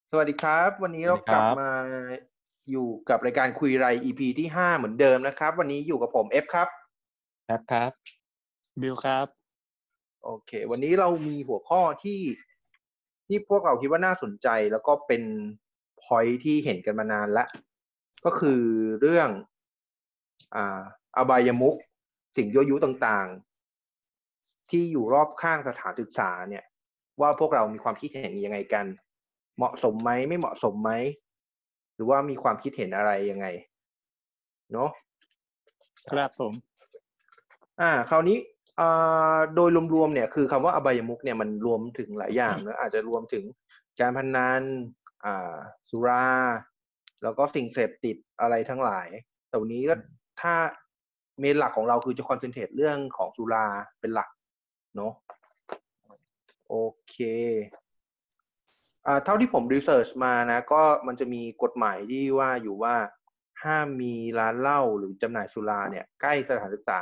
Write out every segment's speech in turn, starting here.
สวัสดีครับวันนี้เราสวัสดีครับกลับมาอยู่กับรายการคุยไร EP ที่5เหมือนเดิมนะครับวันนี้อยู่กับผมเอฟครับครับบิลครับโอเควันนี้เรามีหัวข้อที่พวกเราคิดว่าน่าสนใจแล้วก็เป็น point ที่เห็นกันมานานแล้วก็คือเรื่องอ่าอบายมุขสิ่งยั่วยุต่างๆที่อยู่รอบข้างสถานศึกษาเนี่ยว่าพวกเรามีความคิดเห็นยังไงกันเหมาะสมไหมไม่เหมาะสมไหมหรือว่ามีความคิดเห็นอะไรยังไงเนาะครับผมคราวนี้โดยรวมๆเนี่ยคือคำว่าอบายมุขเนี่ยมันรวมถึงหลายอย่างนะอาจจะรวมถึงการพนันอ่าสุราแล้วก็สิ่งเสพติดอะไรทั้งหลายแต่วันนี้ก็ถ้าเมนหลักของเราคือจะคอนเซนเทรตเรื่องของสุราเป็นหลักเนาะโอเคเท่าที่ผมรีเสิร์ชมานะก็มันจะมีกฎหมายที่ว่าอยู่ว่าห้ามมีร้านเหล้าหรือจำหน่ายสุราเนี่ยใกล้สถานศึกษา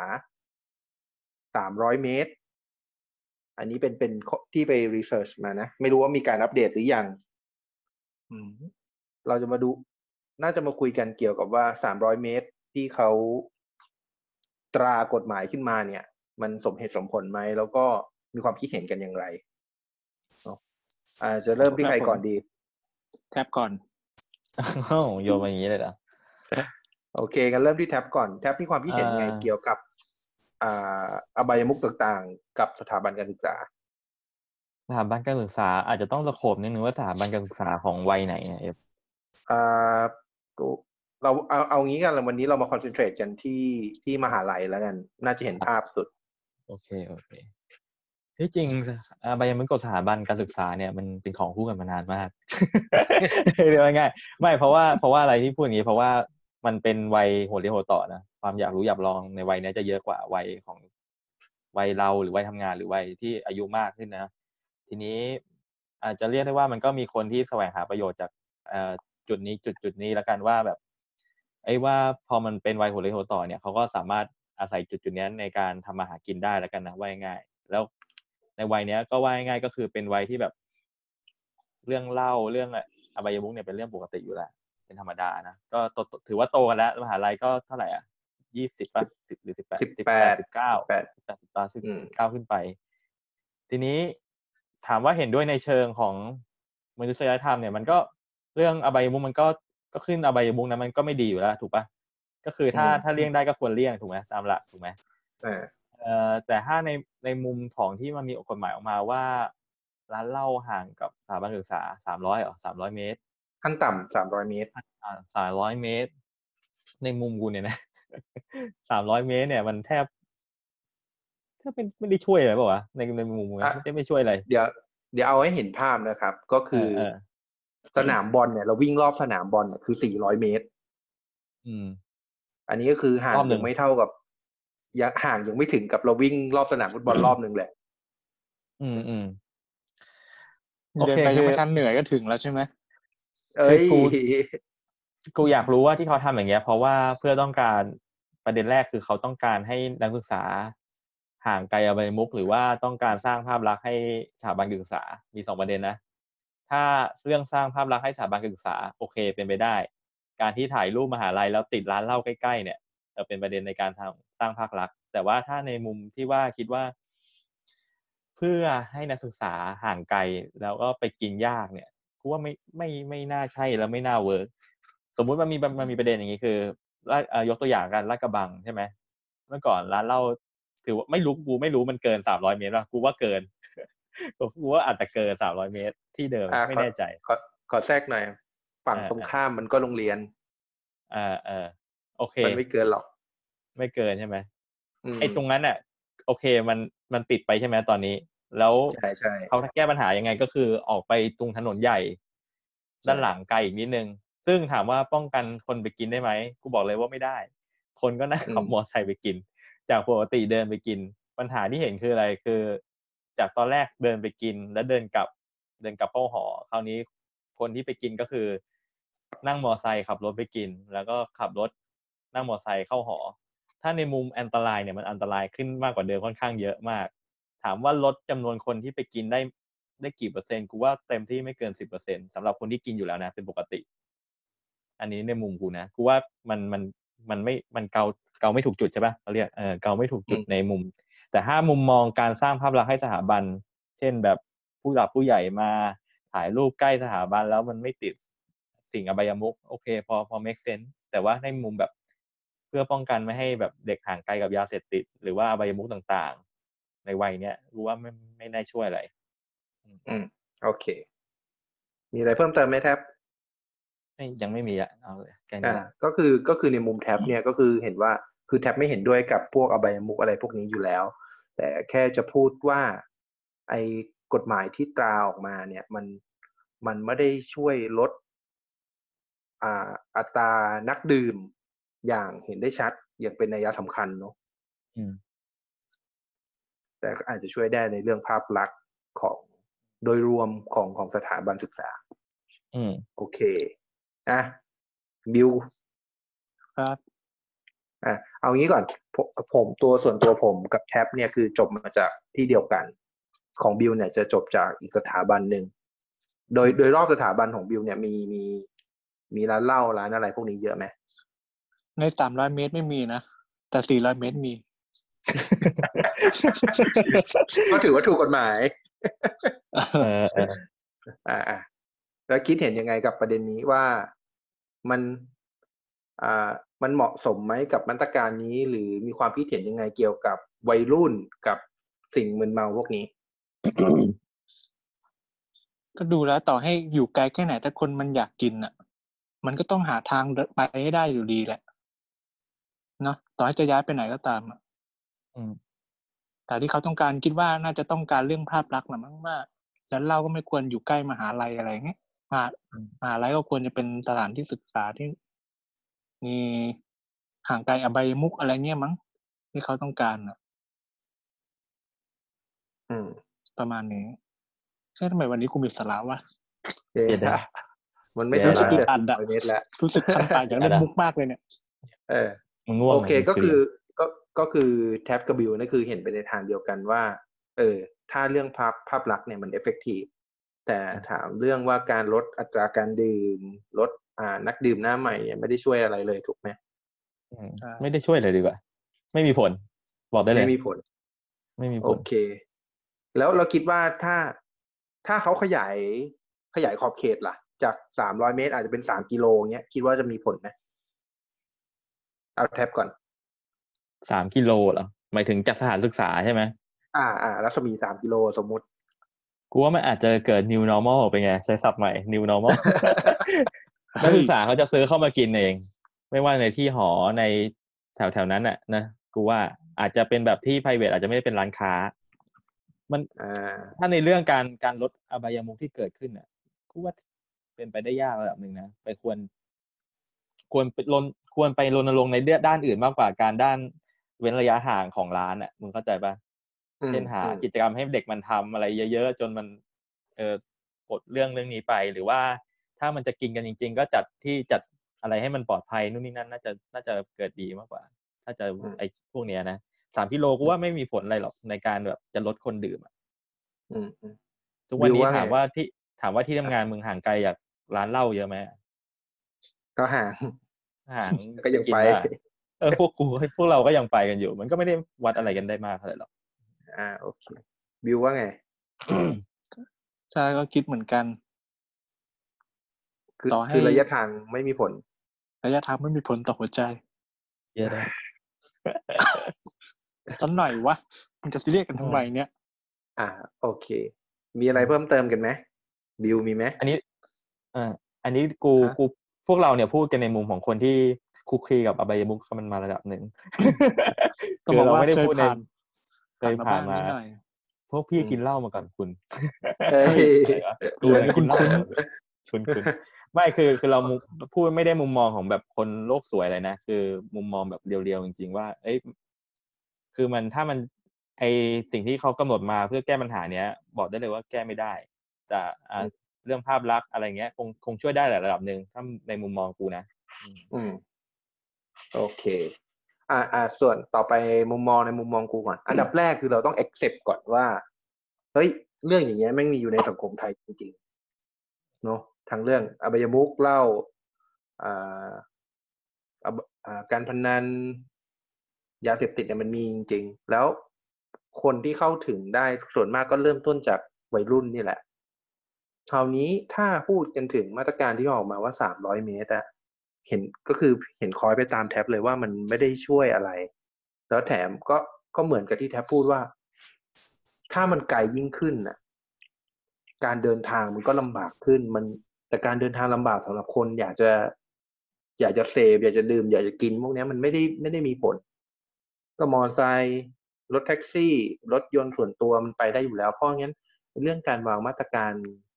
300 เมตรอันนี้เป็นที่ไปรีเสิร์ชมานะไม่รู้ว่ามีการอัปเดตหรือยังอืมเราจะมาดูน่าจะมาคุยกันเกี่ยวกับว่า300 เมตรที่เขาตรากฎหมายขึ้นมาเนี่ยมันสมเหตุสมผลไหมแล้วก็มีความคิดเห็นกันอย่างไรเนาะจะเริ่มที่ใครก่อนดีแท็บก่อนอ้าวโยนมาอย่างนี้เลยเหรอโอเคกันเริ่มที่แท็บก่อนแท็บมีความคิดเห็นไงเกี่ยวกับอ่อบายมุขต่างๆกับสถาบันการศึกษาสถาบันการศึกษาอาจจะต้องสโคปนิดนึงว่าสถาบันการศึกษาของวัยไหนเอฟอ่าก็เราเอางี้กันวันนี้เรามาคอนเซนเทรตกันที่มหาลัยแล้วกันน่าจะเห็นภาพสุดโอเคที่จริงใบยังไม่กฎสถาบันการศึกษาเนี่ยมันเป็นของคู่กันมานานมาก เรียกง่ายๆไม่เพราะว่าอะไรที่พูดอย่างนี้เพราะว่ามันเป็นวัยหัวเรียวหัวต่อนะความอยากรู้อยากลองในวัยนี้จะเยอะกว่าวัยของวัยเราหรือวัยทำงานหรือวัยที่อายุมากขึ้นนะทีนี้อาจจะเรียกได้ว่ามันก็มีคนที่แสวงหาประโยชน์จากจุดนี้จุดนี้แล้วกันว่าแบบว่าพอมันเป็นวัยหัวเรียวหัวต่อเนี่ยเขาก็สามารถอาศัยจุดนี้ในการทำมาหากินได้แล้วกันนะว่าง่ายๆแล้วในวัยเนี้ยก็ว่าง่ายๆก็คือเป็นวัยที่แบบเรื่องเล่าเรื่องอบายมุขเนี่ยเป็นเรื่องปกติอยู่แล้วเป็นธรรมดานะก็ถือว่าโตกันแล้วมหาลัยก็เท่าไหร่อ่ะ20ป่ะ10หรือ18 18 19 18 19ขึ้นไปทีนี้ถามว่าเห็นด้วยในเชิงของมนุษยธรรมเนี่ยมันก็เรื่องอบายมุขมันก็ขึ้นอบายมุขนะมันก็ไม่ดีอยู่แล้วถูกป่ะก็คือถ้าเลี่ยงได้ก็ควรเลี่ยงถูกไหมตามหลักถูกไหมแต่ถ้าในมุมของที่มันมีกฎหมายออกมาว่าร้านเหล้าห่างกับสถาบันการศึกษา300เหรอ300เมตรขั้นต่ำ300 เมตร 300เมตรในมุมกูเนี่ยนะ300เมตรเนี่ยมันแทบไม่ได้ช่วยอะไรเปล่าวะในมุมไม่ช่วยอะไรเดี๋ยวเอาให้เห็นภาพนะครับก็คือสนามบอลเนี่ยเราวิ่งรอบสนามบอลคือ400 เมตรอันนี้ก็คือห่างยังไม่เท่ากับห่างยังไม่ถึงกับเราวิ่งรอบสนามฟุตบอลรอบนึงแหละโอเคไปยังไม่ทันเหนื่อยก็ถึงแล้วใช่ไหมกูอยากรู้ว่าที่เขาทำอย่างเงี้ยเพราะว่าเพื่อต้องการประเด็นแรกคือเขาต้องการให้นักศึกษาห่างไกลอบายมุขหรือว่าต้องการสร้างภาพลักษณ์ให้สถาบันการศึกษามี2ประเด็นนะถ้าเรื่องสร้างภาพลักษณ์ให้สถาบันการศึกษาโอเคเป็นไปได้การที่ถ่ายรูปมหาลัยแล้วติดร้านเหล้าใกล้ๆเนี่ยเป็นประเด็นในการสร้างภาพลักษณ์แต่ว่าถ้าในมุมที่ว่าคิดว่าเพื่อให้นักศึกษาห่างไกลแล้วก็ไปกินยากเนี่ยกูว่าไม่น่าใช่แล้วไม่น่าเวิร์กสมมุติมันมีประเด็นอย่างนี้คือยกตัวอย่างกันลาดกระบังใช่ไหมเมื่อก่อนร้านเหล้าถือว่ากูไม่รู้มันเกิน300เมตรป่ะกูว่าเกินกูว่าอาจจะเกิน300เมตรที่เดิมไม่แน่ใจขอแทรกหน่อยฝั่งตรงข้ามมันก็โรงเรียนโอเคมันไม่เกินหรอกไม่เกินใช่ไหมไอ้ตรงนั้นน่ะโอเคมันติดไปใช่ไหมตอนนี้แล้วใช่เขาแก้ปัญหายังไงก็คือออกไปตรงถนนใหญ่ด้านหลังไกลอีกนิดนึงซึ่งถามว่าป้องกันคนไปกินได้ไหมกูบอกเลยว่าไม่ได้คนก็นั่งขับมอเตอร์ไซค์ไปกินจากปกติเดินไปกินปัญหาที่เห็นคืออะไรคือจากตอนแรกเดินไปกินแล้วเดินกลับเข้าหอคราวนี้คนที่ไปกินก็คือนั่งมอเตอร์ไซค์ขับรถไปกินแล้วก็ขับรถนั่งมอเตอร์ไซค์เข้าหอถ้าในมุมอันตรายเนี่ยมันอันตรายขึ้นมากกว่าเดิมค่อนข้างเยอะมากถามว่าลดจำนวนคนที่ไปกินได้ได้กี่เปอร์เซ็นต์กูว่าเต็มที่ไม่เกิน 10% สำหรับคนที่กินอยู่แล้วนะเป็นปกติ อันนี้ในมุมกูนะกูว่ามันไม่มันเกาไม่ถูกจุดใช่ป่ะเขาเรียกเกาไม่ถูกจุดในมุม แต่ถ้ามุมมองการสร้างภาพลักษณ์ให้สถาบันเช่นแบบผู้หลักผู้ใหญ่มาถ่ายรูปใกล้สถาบันแล้วมันไม่ติดสิ่งอบายมุขโอเคพอ make sense แต่ว่าในมุมแบบเพื่อป้องกันไม่ให้แบบเด็กห่างไกลกับยาเสพติดหรือว่าอบายมุขต่างๆในวัยเนี้ยรู้ว่าไม่ได้ช่วยอะไรโอเคมีอะไรเพิ่มเติมไหมแท็บยังไม่มีอ่ะเอาเลยแค่นี้ก็คือในมุมแท็บเนี่ยก็คือเห็นว่าคือแท็บไม่เห็นด้วยกับพวกอบายมุขอะไรพวกนี้อยู่แล้วแต่แค่จะพูดว่าไอ้กฎหมายที่ตราออกมาเนี่ยมันไม่ได้ช่วยลดอัตรานักดื่มอย่างเห็นได้ชัดอย่างเป็นนัยสำคัญเนาะแต่ก็อาจจะช่วยได้ในเรื่องภาพลักษณ์ของโดยรวมของสถาบันศึกษาโอเคบิวครับเอางี้ก่อนผมส่วนตัวผมกับแท็บเนี่ยคือจบมาจากที่เดียวกันของบิวเนี่ยจะจบจากอีกสถาบันหนึ่งโดยรอบสถาบันของบิวเนี่ยมีร้านเหล้าร้านอะไรพวกนี้เยอะไหมใน300 เมตรไม่มีนะแต่400 เมตรมีก็ถือว่าถูกกฎหมายแล้วคิดเห็นยังไงกับประเด็นนี้ว่ามันเหมาะสมไหมกับมาตรการนี้หรือมีความคิดเห็นยังไงเกี่ยวกับวัยรุ่นกับสิ่งมึนเมาพวกนี้ก็ดูแล้วต่อให้อยู่ไกลแค่ไหนถ้าคนมันอยากกินอ่ะมันก็ต้องหาทางไปให้ได้อยู่ดีแหละเนาะต่อให้จะย้ายไปไหนก็ตามแต่ที่เขาต้องการคิดว่าน่าจะต้องการเรื่องภาพลักษณ์มั้งว่าแล้วเราก็ไม่ควรอยู่ใกล้มหาลัยอะไรเงี้ยมหาลัยก็ควรจะเป็นสถานที่ศึกษาที่มีห่างไกลอบายมุขอะไรเงี้ยมั้งที่เขาต้องการอ่ะประมาณนี้ใช่ทำไมวันนี้กูมีสาระวะมันไม่รู้สึกอัดอะรู้สึกคันปากอย่างเล่นมุกมากเลยเนี่ยโอเคก็คือแท็บกับบิวนั่นคือเห็นไปในทางเดียวกันว่าถ้าเรื่องภาพลักษณ์เนี่ยมันเอฟเฟกตีฟแต่ถามเรื่องว่าการลดอัตราการดื่มลดนักดื่มหน้าใหม่เนี่ยไม่ได้ช่วยอะไรเลยถูกไหมไม่ได้ช่วยเลยดีกว่าไม่มีผลบอกได้เลยไม่มีผลโอเคแล้วเราคิดว่าถ้าเขาขยายขอบเขตล่ะจาก300 เมตรอาจจะเป็น3 กิโลเงี้ยคิดว่าจะมีผลไหมเอาแท็บก่อน 3 กิโลเหรอหมายถึงจากสถานศึกษาใช่ไหมรัศมี3 กิโลสมมุติกูว่ามันอาจจะเกิด new normal ไปไงใช้ศัพท์ใหม่ new normal นักศึกษาเขาจะซื้อเข้ามากินเองไม่ว่าในที่หอในแถวนั้นน่ะนะกูว่าอาจจะเป็นแบบที่ private อาจจะไม่ได้เป็นร้านค้ามันถ้าในเรื่องการลดอบายมุขที่เกิดขึ้นน่ะกูว่าเป็นไปได้ยากระดับหนึ่งนะไปควรไปรณรงค์ในด้านอื่นมากกว่าการด้านเว้นระยะห่างของร้านอ่ะมึงเข้าใจป่ะเช่นหากิจกรรมให้เด็กมันทำอะไรเยอะๆจนมันปลดเรื่องนี้ไปหรือว่าถ้ามันจะกินกันจริงๆก็จัดอะไรให้มันปลอดภัยนู่นนี่นั่นน่าจะเกิดดีมากกว่าถ้าจะไอ้พวกเนี้ยนะ3 กิโลกูว่าไม่มีผลอะไรหรอกในการแบบจะลดคนดื่มอ่ะทุกวันนี้ถามว่าที่ทำงานมึงห่างไกลจากร้านเหล้าเยอะไหมก็ห่างก็ยังไปพวกเราก็ยังไปกันอยู่มันก็ไม่ได้วัดอะไรกันได้มากเท่าไหร่หรอกโอเคบิวว่าไงใช่ก็คิดเหมือนกันคือระยะทางไม่มีผลระยะทางไม่มีผลต่อหัวใจเยอะนะสักหน่อยวะมันจะเรียกกันทำไมเนี่ยโอเคมีอะไรเพิ่มเติมกันไหมบิวมีไหมอันนี้กูพวกเราเนี่ยพูดกันในมุมของคนที่คุกคีกับอบายมุขมันมาระดับหนึ่งก็บอกว่าเคยผ่านมาพวกพี่กินเหล้ามาก่อนคุณคุณไม่คือเราพูดไม่ได้มุมมองของแบบคนโลกสวยอะไรนะคือมุมมองแบบเรียวๆจริงๆว่าคือถ้ามันไอสิ่งที่เขากำหนดมาเพื่อแก้ปัญหาเนี้ยบอกได้เลยว่าแก้ไม่ได้แต่เรื่องภาพลักษณ์อะไรเงี้ยคงช่วยได้ระดับหนึ่งถ้าในมุมมองกูนะโอเคส่วนต่อไปมุมมองในมุมมองกูก่อนอันดับแรกคือเราต้อง accept ก่อนว่าเฮ้ยเรื่องอย่างเงี้ยแม่งมีอยู่ในสังคมไทยจริงๆเนาะทั้งเรื่องอบายมุขเหล้าอ่าการพนันยาเสพติดเนี่ยมันมีจริงๆแล้วคนที่เข้าถึงได้ส่วนมากก็เริ่มต้นจากวัยรุ่นนี่แหละคราวนี้ถ้าพูดกันถึงมาตรการที่ออกมาว่า300เมตรอะเห็นก็คือเห็นคอยไปตามแท็บเลยว่ามันไม่ได้ช่วยอะไรแล้วแถมก็เหมือนกับที่แท็บพูดว่าถ้ามันไกลยิ่งขึ้นน่ะการเดินทางมันก็ลำบากขึ้นแต่การเดินทางลำบากสำหรับคนอยากจะเสพอยากจะดื่มอยากจะกินพวกนี้มันไม่ได้มีผลก็มอเตอร์ไซค์รถแท็กซี่รถยนต์ส่วนตัวมันไปได้อยู่แล้วเพราะงั้นเรื่องการวางมาตรการ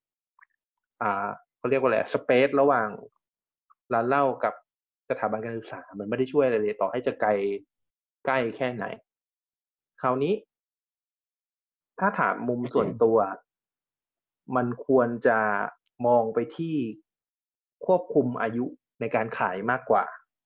เขาเรียกว่าอะไรสเปซระหว่างร้านเหล้ากับสถาบันการศึกษามันไม่ได้ช่วยอะไรเลยต่อให้จะไกลใกล้แค่ไหนคราวนี้ถ้าถามมุมส่วนตัวมันควรจะมองไปที่ควบคุมอายุในการขายมากกว่า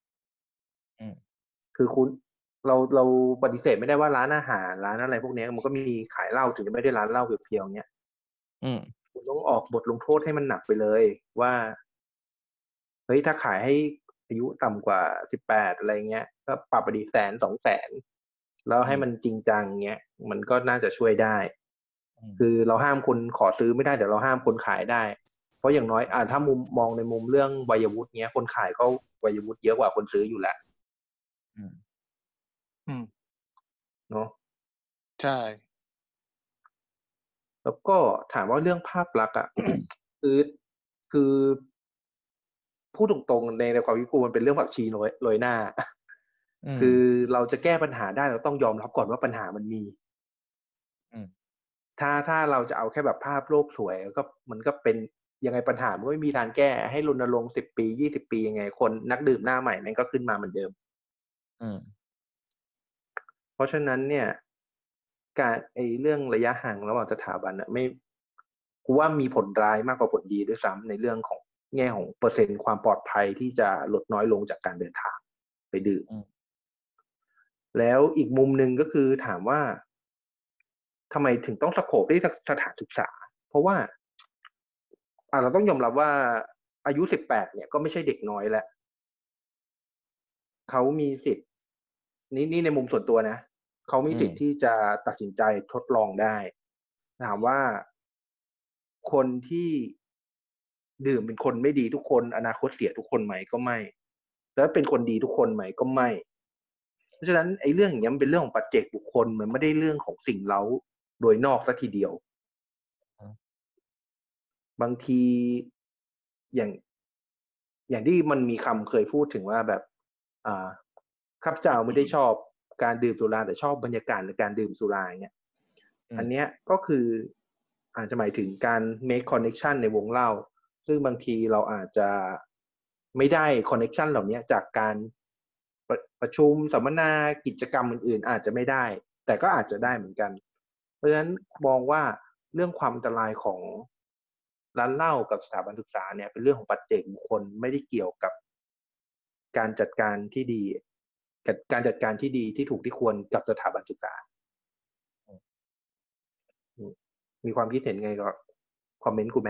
คือเราปฏิเสธไม่ได้ว่าร้านอาหารร้านอะไรพวกนี้มันก็มีขายเหล้าถึงจะไม่ได้ร้านเหล้าเพียวๆเนี้ยคุณต้องออกบทลงโทษให้มันหนักไปเลยว่าเฮ้ยถ้าขายให้อายุต่ำกว่า18อะไรเงี้ยก็ปรับไปดี100,000-200,000แล้วให้มันจริงจังเงี้ยมันก็น่าจะช่วยได้คือเราห้ามคนขอซื้อไม่ได้แต่เราห้ามคนขายได้เพราะอย่างน้อยถ้ามุมมองในมุมเรื่องวัยวุฒิเนี้ยคนขายก็วัยวุฒิเยอะกว่าคนซื้ออยู่แล้วเนาะใช่แล้วก็ถามว่าเรื่องภาพลักษณ์อ่ะ คือพูดตรงๆในความคิดกูมันเป็นเรื่องผักชีโรยหน้าคือเราจะแก้ปัญหาได้เราต้องยอมรับก่อนว่าปัญหามันมีถ้าเราจะเอาแค่แบบภาพโลกสวยก็มันก็เป็นยังไงปัญหามันก็ไม่มีทางแก้ให้รณรงค์10 ปี20 ปียังไงคนนักดื่มหน้าใหม่มันก็ขึ้นมาเหมือนเดิมเพราะฉะนั้นเนี่ยการเรื่องระยะห่างระหว่างสถาบันไม่กูว่ามีผลร้ายมากกว่าผลดีด้วยซ้ำในเรื่องของแง่ของเปอร์เซ็นต์ความปลอดภัยที่จะลดน้อยลงจากการเดินทางไปดื่มแล้วอีกมุมหนึ่งก็คือถามว่าทำไมถึงต้องสโคปที่สถานศึกษาเพราะว่าเราต้องยอมรับว่าอายุ18เนี่ยก็ไม่ใช่เด็กน้อยแล้วเขามีสิทธิ์นี่ในมุมส่วนตัวนะเขามีสิทธิ์ที่จะตัดสินใจทดลองได้ถามว่าคนที่ดื่มเป็นคนไม่ดีทุกคนอนาคตเสียทุกคนไหมก็ไม่แล้วเป็นคนดีทุกคนไหมก็ไม่เพราะฉะนั้นเรื่องอย่างนี้มันเป็นเรื่องของปัจเจกบุคคลมันไม่ได้เรื่องของสิ่งเร้าโดยนอกซะทีเดียวบางทีอย่างที่มันมีคำเคยพูดถึงว่าแบบข้าพเจ้าไม่ได้ชอบการดื่มสุราแต่ชอบบรรยากาศในการดื่มสุราเนี่ยอันเนี้ยก็คืออาจจะหมายถึงการ make connection ในวงเล่าซึ่งบางทีเราอาจจะไม่ได้ connection เหล่านี้จากการประชุมสัมมนากิจกรรมอื่นๆอาจจะไม่ได้แต่ก็อาจจะได้เหมือนกันเพราะฉะนั้นมองว่าเรื่องความอันตรายของร้านเหล้ากับสถาบันศึกษาเนี่ยเป็นเรื่องของปัจเจกบุคคลไม่ได้เกี่ยวกับการจัดการที่ดีกับการจัดการที่ดีที่ถูกที่ควรกับสถาบันศึกษามีความคิดเห็นไงก็คอมเมนต์กูไหม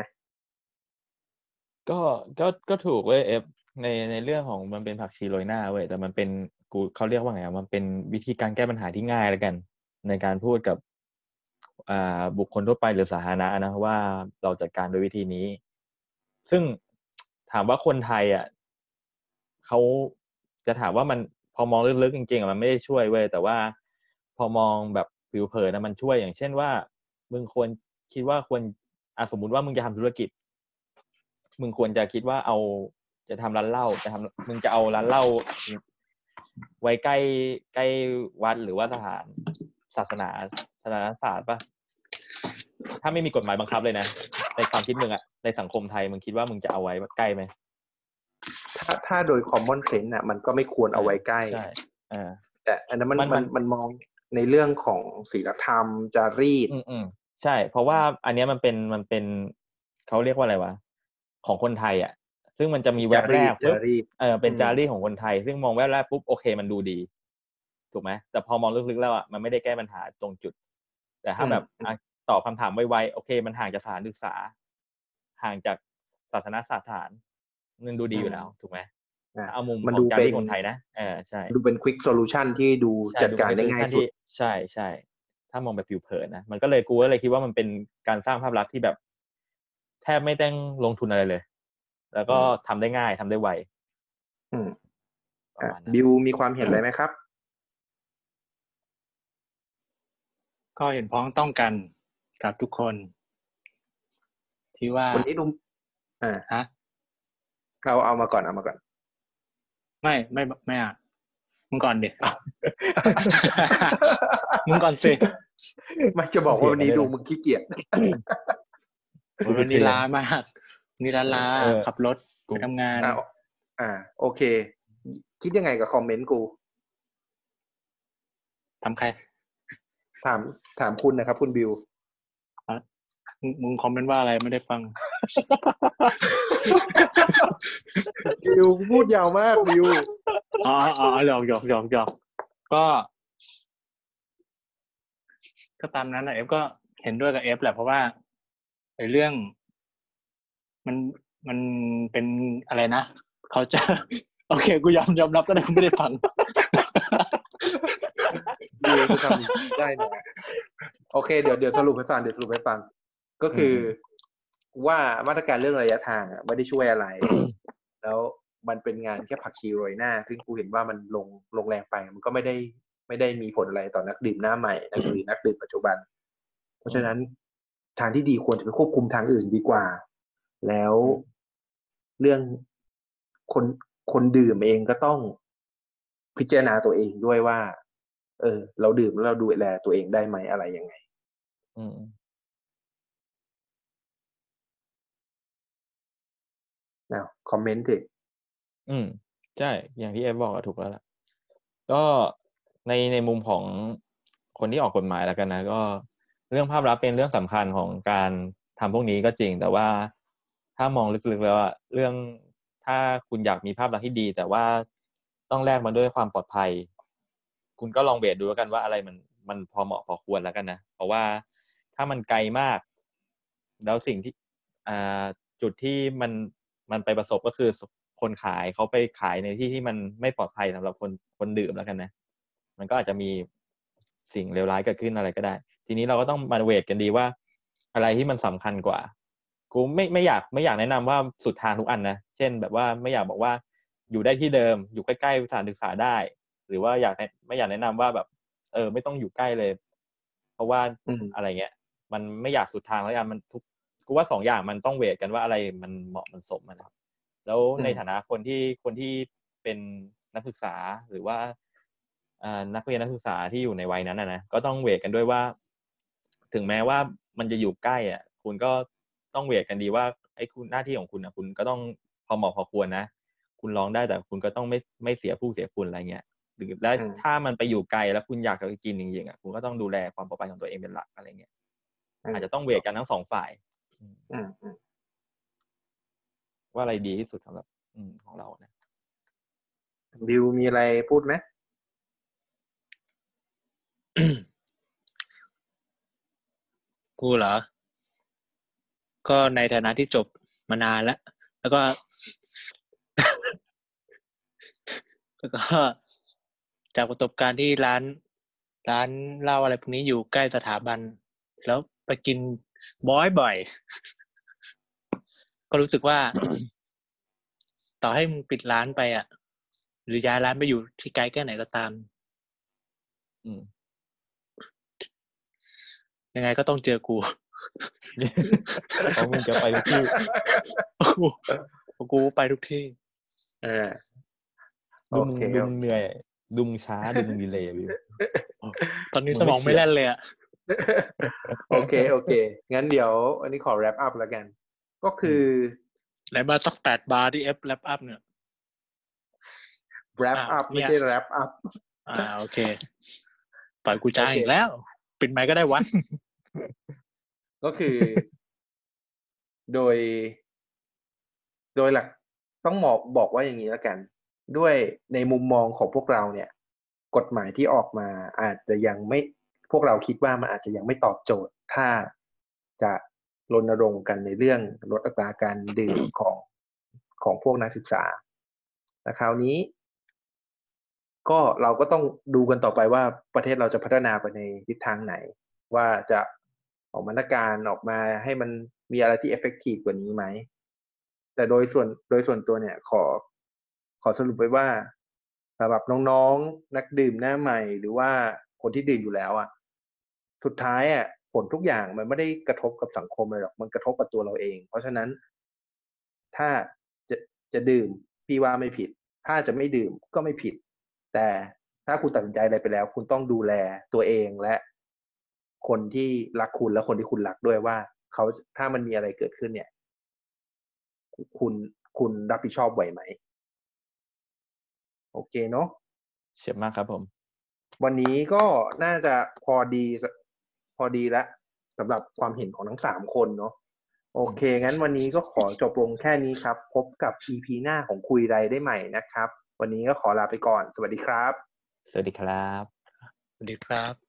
ก็ถูกเว้ยเอฟในเรื่องของมันเป็นผักชีโรยหน้าเว้ยแต่มันเป็นเขาเรียกว่าไงมันเป็นวิธีการแก้ปัญหาที่ง่ายแล้วกันในการพูดกับบุคคลทั่วไปหรือสาธารณะนะว่าเราจัดการโดยวิธีนี้ซึ่งถามว่าคนไทยเขาจะถามว่ามันพอมองลึกๆจริงๆมันไม่ได้ช่วยเว้ยแต่ว่าพอมองแบบผิวเผินนะมันช่วยอย่างเช่นว่ามึงควรคิดว่าควรสมมุติว่ามึงจะทำธุรกิจมึงควรจะคิดว่าจะทำร้านเหล้ามึงจะเอาร้านเหล้าไว้ใกล้วัดหรือว่าสถานศาสนาศาสตร์ป่ะถ้าไม่มีกฎหมายบังคับเลยนะในความคิดมึงในสังคมไทยมึงคิดว่ามึงจะเอาไว้ใกล้ไหมถ้าโดย common sense มันก็ไม่ควรเอาไว้ใกล้ใช่แต่อันนั้นมันมองในเรื่องของศีลธรรมจารีตใช่เพราะว่าอันนี้มันเป็นเขาเรียกว่าอะไรวะของคนไทยซึ่งมันจะมีแวบแรกปุ๊บเป็นจารีตของคนไทยซึ่งมองแวบแรกปุ๊บโอเคมันดูดีถูกไหมแต่พอมองลึกๆแล้วมันไม่ได้แก้ปัญหาตรงจุดแต่ถ้าแบบตอบคำถามไวๆโอเคมันห่างจากสถานศึกษาห่างจากศาสนสถานมันดูดีอยู่แล้วถูกไหมเอามุมของจารีตคนไทยนะใช่ดูเป็น quick solution ที่ดูจัดการได้ง่ายสุดใช่ใช่ถ้ามองแบบผิวเผินนะมันก็เลยกูก็เลยคิดว่ามันเป็นการสร้างภาพลักษณ์ที่แบบแทบไม่ต้องลงทุนอะไรเลยแล้วก็ทำได้ง่ายทำได้ไวบิวมีความเห็นอะไรไหมครับก็เห็นพ้องต้องกันกับทุกคนที่ว่าวันนี้ลุงฮะเอามาก่อนไม่มึงก่อนดิ มึงก่อนสิไม่จะบอกว่าวันนี้ดูมึงขี้เกียจวันนี้ล้ามากนี่ล้าขับรถกูทำงานโอเคคิดยังไงกับคอมเมนต์กูทำใครถามคุณนะครับคุณบิวมึงคอมเมนต์ว่าอะไรไม่ได้ฟังบิวพูดยาวมากบิวหยอกก็ตามนั้นนะเอฟก็เห็นด้วยกับเอฟแหละเพราะว่าไอ้เรื่องมันเป็นอะไรนะเขาจะโอเคกูยอมรับก็ได้กูไม่ได้ฟังบิวจะทำได้นะโอเคเดี๋ยวสรุปให้ฟังก็คือว่ามาตรการเรื่องระยะทางไม่ได้ช่วยอะไรแล้วมันเป็นงานแค่ผักชีโรยหน้าซึ่งกูเห็นว่ามันลงแรงไปมันก็ไม่ได้มีผลอะไรต่อนักดื่มหน้าใหม่นักดื่มปัจจุบันเพราะฉะนั้นทางที่ดีควรจะไปควบคุมทางอื่นดีกว่าแล้วเรื่องคนดื่มเองก็ต้องพิจารณาตัวเองด้วยว่าเราดื่มแล้วเราดูแลตัวเองได้ไหมอะไรยังไงคอมเมนต์สิใช่อย่างที่เอฟบอกถูกแล้วล่ะก็ในมุมของคนที่ออกกฎหมายแล้วกันนะก็เรื่องภาพลักษณ์เป็นเรื่องสำคัญของการทำพวกนี้ก็จริงแต่ว่าถ้ามองลึกๆแล้วเรื่องถ้าคุณอยากมีภาพลักษณ์ที่ดีแต่ว่าต้องแลกมาด้วยความปลอดภัยคุณก็ลองเบสดูแล้วกันว่าอะไรมันพอเหมาะพอควรแล้วกันนะเพราะว่าถ้ามันไกลมากแล้วสิ่งที่จุดที่มันไปประสบก็คือคนขายเขาไปขายในที่มันไม่ปลอดภัยสำหรับคนดื่มแล้วกันนะมันก็อาจจะมีสิ่งเลวร้ายเกิดขึ้นอะไรก็ได้ทีนี้เราก็ต้องมาเวทกันดีว่าอะไรที่มันสำคัญกว่ากูไม่อยากแนะนำว่าสุดทางทุกอันนะเช่นแบบว่าไม่อยากบอกว่าอยู่ได้ที่เดิมอยู่ใกล้ๆสถานศึกษาได้หรือว่าไม่อยากแนะนำว่าแบบไม่ต้องอยู่ใกล้เลยเพราะว่าอะไรเงี้ยมันไม่อยากสุดทางแล้วมันทุกกูว่า2อย่างมันต้องเวทกันว่าอะไรมันเหมาะมันสมนะแล้วในฐานะคนที่เป็นนักศึกษาหรือว่านักเรียนนักศึกษาที่อยู่ในวัยนั้นนะก็ต้องเวทกันด้วยว่าถึงแม้ว่ามันจะอยู่ใกล้คุณก็ต้องเวทกันดีว่าไอ้คุณหน้าที่ของคุณคุณก็ต้องพอเหมาะพอควรนะคุณร้องได้แต่คุณก็ต้องไม่เสียผู้เสียคุณอะไรเงี้ยหรือและถ้ามันไปอยู่ไกลแล้วคุณอยากจะกินจริงๆคุณก็ต้องดูแลความปลอดภัยของตัวเองเป็นหลักอะไรเงี้ยอาจจะต้องเวทกันทั้ง2ฝ่ายว่าอะไรดีที่สุดสำหรับของเรานะบิวมีอะไรพูดไหมกูเหรอก็ในฐานะที่จบมานานแล้วก็จากประสบการณ์ที่ร้านเหล้าอะไรพวกนี้อยู่ใกล้สถาบันแล้วไปกินบ่อยก็รู้สึกว่า ต่อให้มึงปิดร้านไปหรือย้ายร้านไปอยู่ที่ไกลแค่ไหนก็ตามยังไงก็ต้องเจอกูเพราะมึงจะไปทุกที่กูไปทุกที่ดูมึงเหนื่อยดูมึงช้าดูมึงดีเลยวิวตอนนี้สมองไม่แล่นเลยโอเคงั้นเดี๋ยวอันนี้ขอ wrap up แล้วกันก็คือไหนมาสัก8 บาร์ที่ F wrap up เนี่ย wrap up ไม่ใช่ wrap up โอเคปล่อยกูจ้างอีกแล้วปิดไมค์ก็ได้วะก็คือโดยหลักต้องบอกว่าอย่างนี้แล้วกันด้วยในมุมมองของพวกเราเนี่ยกฎหมายที่ออกมาอาจจะยังไม่พวกเราคิดว่ามันอาจจะยังไม่ตอบโจทย์ถ้าจะรณรงค์กันในเรื่องลดอัตราการดื่มของพวกนักศึกษาแต่คราวนี้ก็เราก็ต้องดูกันต่อไปว่าประเทศเราจะพัฒนาไปในทิศทางไหนว่าจะออกมาตรการออกมาให้มันมีอะไรที่ effective กว่านี้ไหมแต่โดยส่วนตัวเนี่ยขอสรุปไว้ว่าสำหรับน้องๆนักดื่มหน้าใหม่หรือว่าคนที่ดื่มอยู่แล้วอ่ะสุดท้ายอ่ะผลทุกอย่างมันไม่ได้กระทบกับสังคมเลยหรอกมันกระทบกับตัวเราเองเพราะฉะนั้นถ้าจะดื่มพี่ว่าไม่ผิดถ้าจะไม่ดื่มก็ไม่ผิดแต่ถ้าคุณตัดสินใจอะไรไปแล้วคุณต้องดูแลตัวเองและคนที่รักคุณและคนที่คุณรักด้วยว่าเขาถ้ามันมีอะไรเกิดขึ้นเนี่ยคุณรับผิดชอบไหวไหมโอเคเนาะเฉียบมากครับผมวันนี้ก็น่าจะพอดีแล้วสำหรับความเห็นของทั้ง3คนเนาะโอเคงั้นวันนี้ก็ขอจบลงแค่นี้ครับพบกับ EP หน้าของคุยไรได้ใหม่นะครับวันนี้ก็ขอลาไปก่อนสวัสดีครับสวัสดีครับสวัสดีครับ